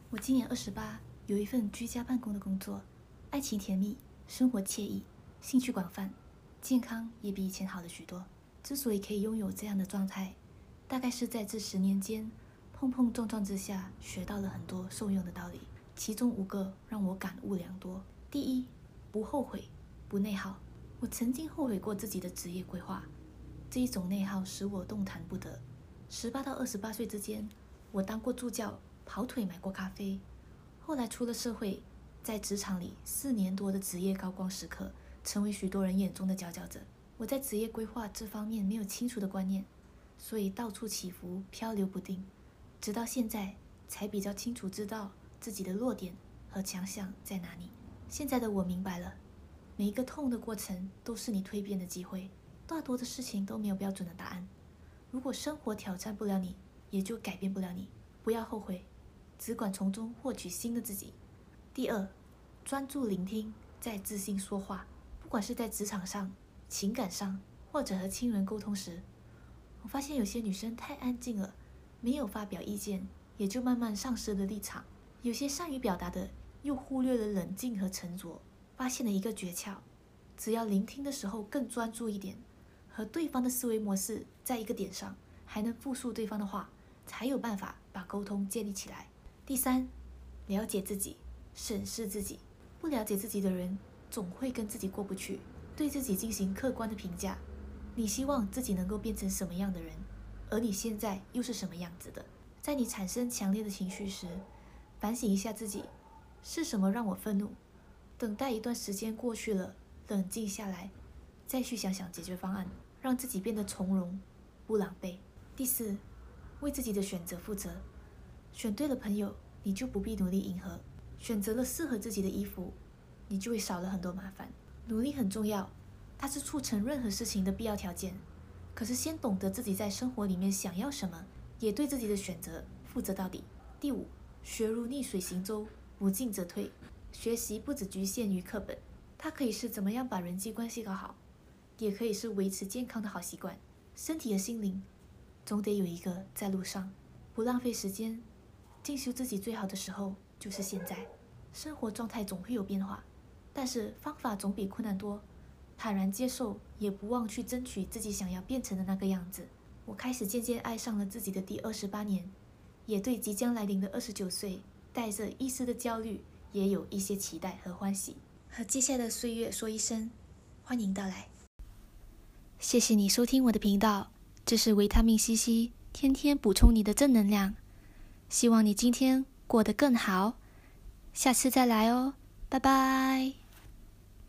我今年28，有一份居家办公的工作，爱情甜蜜，生活惬意，兴趣广泛，健康也比以前好了许多。之所以可以拥有这样的状态，大概是在这10年间碰碰撞撞之下学到了很多受用的道理，其中5个让我感悟良多。第一，不后悔，不内耗。我曾经后悔过自己的职业规划，这一种内耗使我动弹不得。18到28岁之间，我当过助教，跑腿买过咖啡。后来出了社会，在职场里4年多的职业高光时刻，成为许多人眼中的佼佼者。我在职业规划这方面没有清楚的观念，所以到处起伏，漂流不定。直到现在才比较清楚知道自己的弱点和强项在哪里。现在的我明白了，每一个痛的过程都是你蜕变的机会，大多的事情都没有标准的答案。如果生活挑战不了你，也就改变不了你。不要后悔，只管从中获取新的自己。第二，专注聆听，再自信说话。不管是在职场上、情感上，或者和亲人沟通时，我发现有些女生太安静了，没有发表意见，也就慢慢丧失了立场。有些善于表达的，又忽略了冷静和沉着。发现了一个诀窍，只要聆听的时候更专注一点，和对方的思维模式在一个点上，还能复述对方的话，才有办法把沟通建立起来。第三，了解自己，审视自己。不了解自己的人，总会跟自己过不去，对自己进行客观的评价。你希望自己能够变成什么样的人，而你现在又是什么样子的？在你产生强烈的情绪时，反省一下自己，是什么让我愤怒？等待一段时间过去了，冷静下来，再去想想解决方案，让自己变得从容，不狼狈。第四，为自己的选择负责。选对了朋友，你就不必努力迎合；选择了适合自己的衣服，你就会少了很多麻烦。努力很重要，它是促成任何事情的必要条件。可是先懂得自己在生活里面想要什么，也对自己的选择负责到底。第五，学如逆水行舟，不进则退。学习不只局限于课本，它可以是怎么样把人际关系搞好，也可以是维持健康的好习惯。身体和心灵总得有一个在路上，不浪费时间。进修自己最好的时候就是现在。生活状态总会有变化，但是方法总比困难多。坦然接受，也不忘去争取自己想要变成的那个样子。我开始渐渐爱上了自己的第28年，也对即将来临的29岁带着一丝的焦虑，也有一些期待和欢喜。和接下来的岁月说一声欢迎到来。谢谢你收听我的频道，这是维他命 CC， 天天补充你的正能量。希望你今天过得更好，下次再来哦，拜拜。